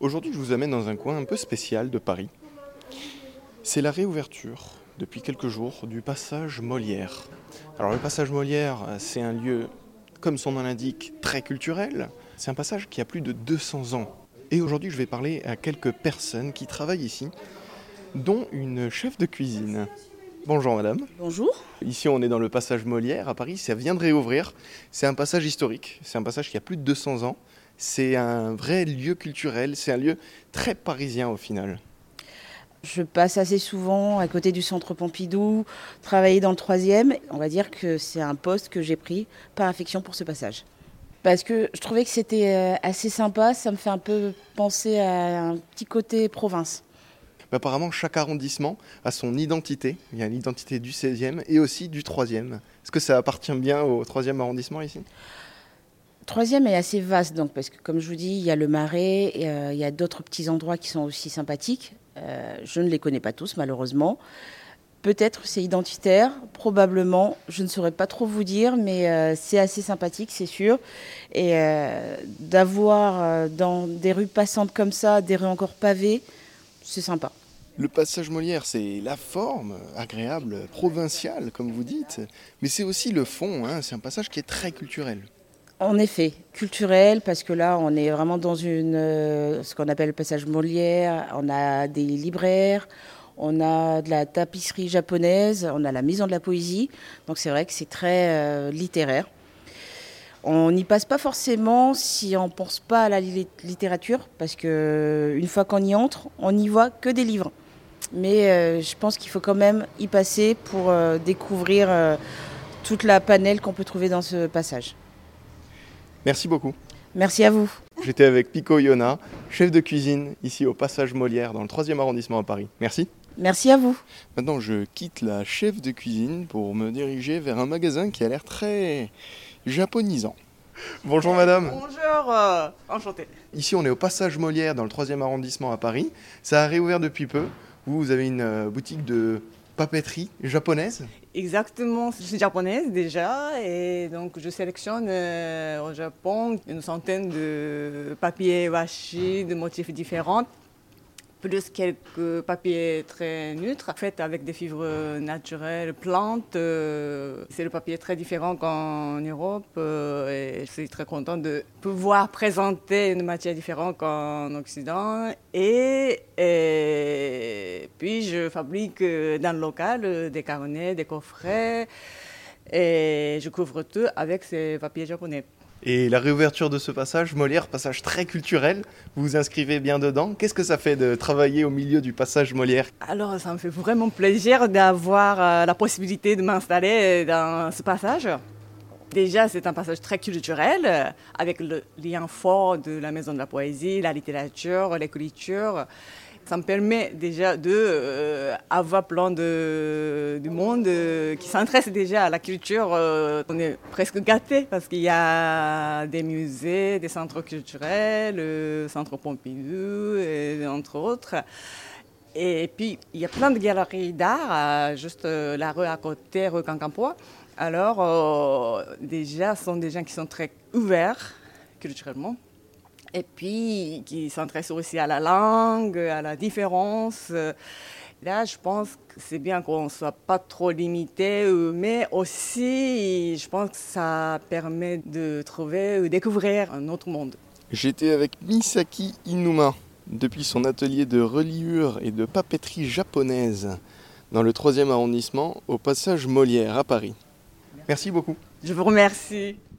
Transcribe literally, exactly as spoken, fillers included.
Aujourd'hui, je vous amène dans un coin un peu spécial de Paris. C'est la réouverture, depuis quelques jours, du passage Molière. Alors le passage Molière, c'est un lieu, comme son nom l'indique, très culturel. C'est un passage qui a plus de deux cents ans. Et aujourd'hui, je vais parler à quelques personnes qui travaillent ici, dont une chef de cuisine. Bonjour madame. Bonjour. Ici on est dans le passage Molière à Paris, ça vient de réouvrir. C'est un passage historique, c'est un passage qui a plus de deux cents ans. C'est un vrai lieu culturel, c'est un lieu très parisien au final. Je passe assez souvent à côté du centre Pompidou, travailler dans le troisième. On va dire que c'est un poste que j'ai pris par affection pour ce passage. Parce que je trouvais que c'était assez sympa, ça me fait un peu penser à un petit côté province. Apparemment, chaque arrondissement a son identité. Il y a l'identité du seizième et aussi du troisième. Est-ce que ça appartient bien au troisième arrondissement ici ? Troisième est assez vaste, donc, parce que comme je vous dis, il y a le Marais, et, euh, il y a d'autres petits endroits qui sont aussi sympathiques. Euh, je ne les connais pas tous, malheureusement. Peut-être c'est identitaire, probablement, je ne saurais pas trop vous dire, mais euh, c'est assez sympathique, c'est sûr. Et euh, d'avoir euh, dans des rues passantes comme ça, des rues encore pavées, c'est sympa. Le passage Molière, c'est la forme agréable, provinciale, comme vous dites, mais c'est aussi le fond, hein. C'est un passage qui est très culturel. En effet, culturel, parce que là, on est vraiment dans une, euh, ce qu'on appelle le passage Molière. On a des libraires, on a de la tapisserie japonaise, on a la maison de la poésie. Donc c'est vrai que c'est très euh, littéraire. On n'y passe pas forcément si on ne pense pas à la li- littérature, parce qu'une fois qu'on y entre, on n'y voit que des livres. Mais euh, je pense qu'il faut quand même y passer pour euh, découvrir euh, toute la panelle qu'on peut trouver dans ce passage. Merci beaucoup. Merci à vous. J'étais avec Pico Yona, chef de cuisine ici au passage Molière dans le troisième arrondissement à Paris. Merci. Merci à vous. Maintenant, je quitte la chef de cuisine pour me diriger vers un magasin qui a l'air très japonisant. Bonjour madame. Bonjour, euh, enchanté. Ici, on est au passage Molière dans le troisième arrondissement à Paris. Ça a réouvert depuis peu. Vous, vous avez une euh, boutique de papeterie japonaise. Exactement, je suis japonaise déjà et donc je sélectionne euh, au Japon une centaine de papiers washi de motifs différents, plus quelques papiers très neutres, faits avec des fibres naturelles, plantes. Euh, c'est le papier très différent qu'en Europe euh, et je suis très contente de pouvoir présenter une matière différente qu'en Occident. Et, et puis je fabrique dans le local des carnets, des coffrets et je couvre tout avec ces papiers japonais. Et la réouverture de ce passage, Molière, passage très culturel, vous vous inscrivez bien dedans. Qu'est-ce que ça fait de travailler au milieu du passage Molière ? Alors, ça me fait vraiment plaisir d'avoir euh, la possibilité de m'installer dans ce passage. Déjà, c'est un passage très culturel, euh, avec le lien fort de la maison de la poésie, la littérature, l'écriture. Ça me permet déjà d'avoir euh, plein de, de monde euh, qui s'intéresse déjà à la culture. Euh, on est presque gâtés parce qu'il y a des musées, des centres culturels, le centre Pompidou, et, entre autres. Et puis, il y a plein de galeries d'art, juste euh, la rue à côté, rue Quincampoix. Alors, euh, déjà, ce sont des gens qui sont très ouverts culturellement. Et puis, qui s'intéressent aussi à la langue, à la différence. Là, je pense que c'est bien qu'on ne soit pas trop limité, mais aussi, je pense que ça permet de trouver ou découvrir un autre monde. J'étais avec Misaki Inuma, depuis son atelier de reliure et de papeterie japonaise, dans le troisième arrondissement, au passage Molière à Paris. Merci beaucoup. Je vous remercie.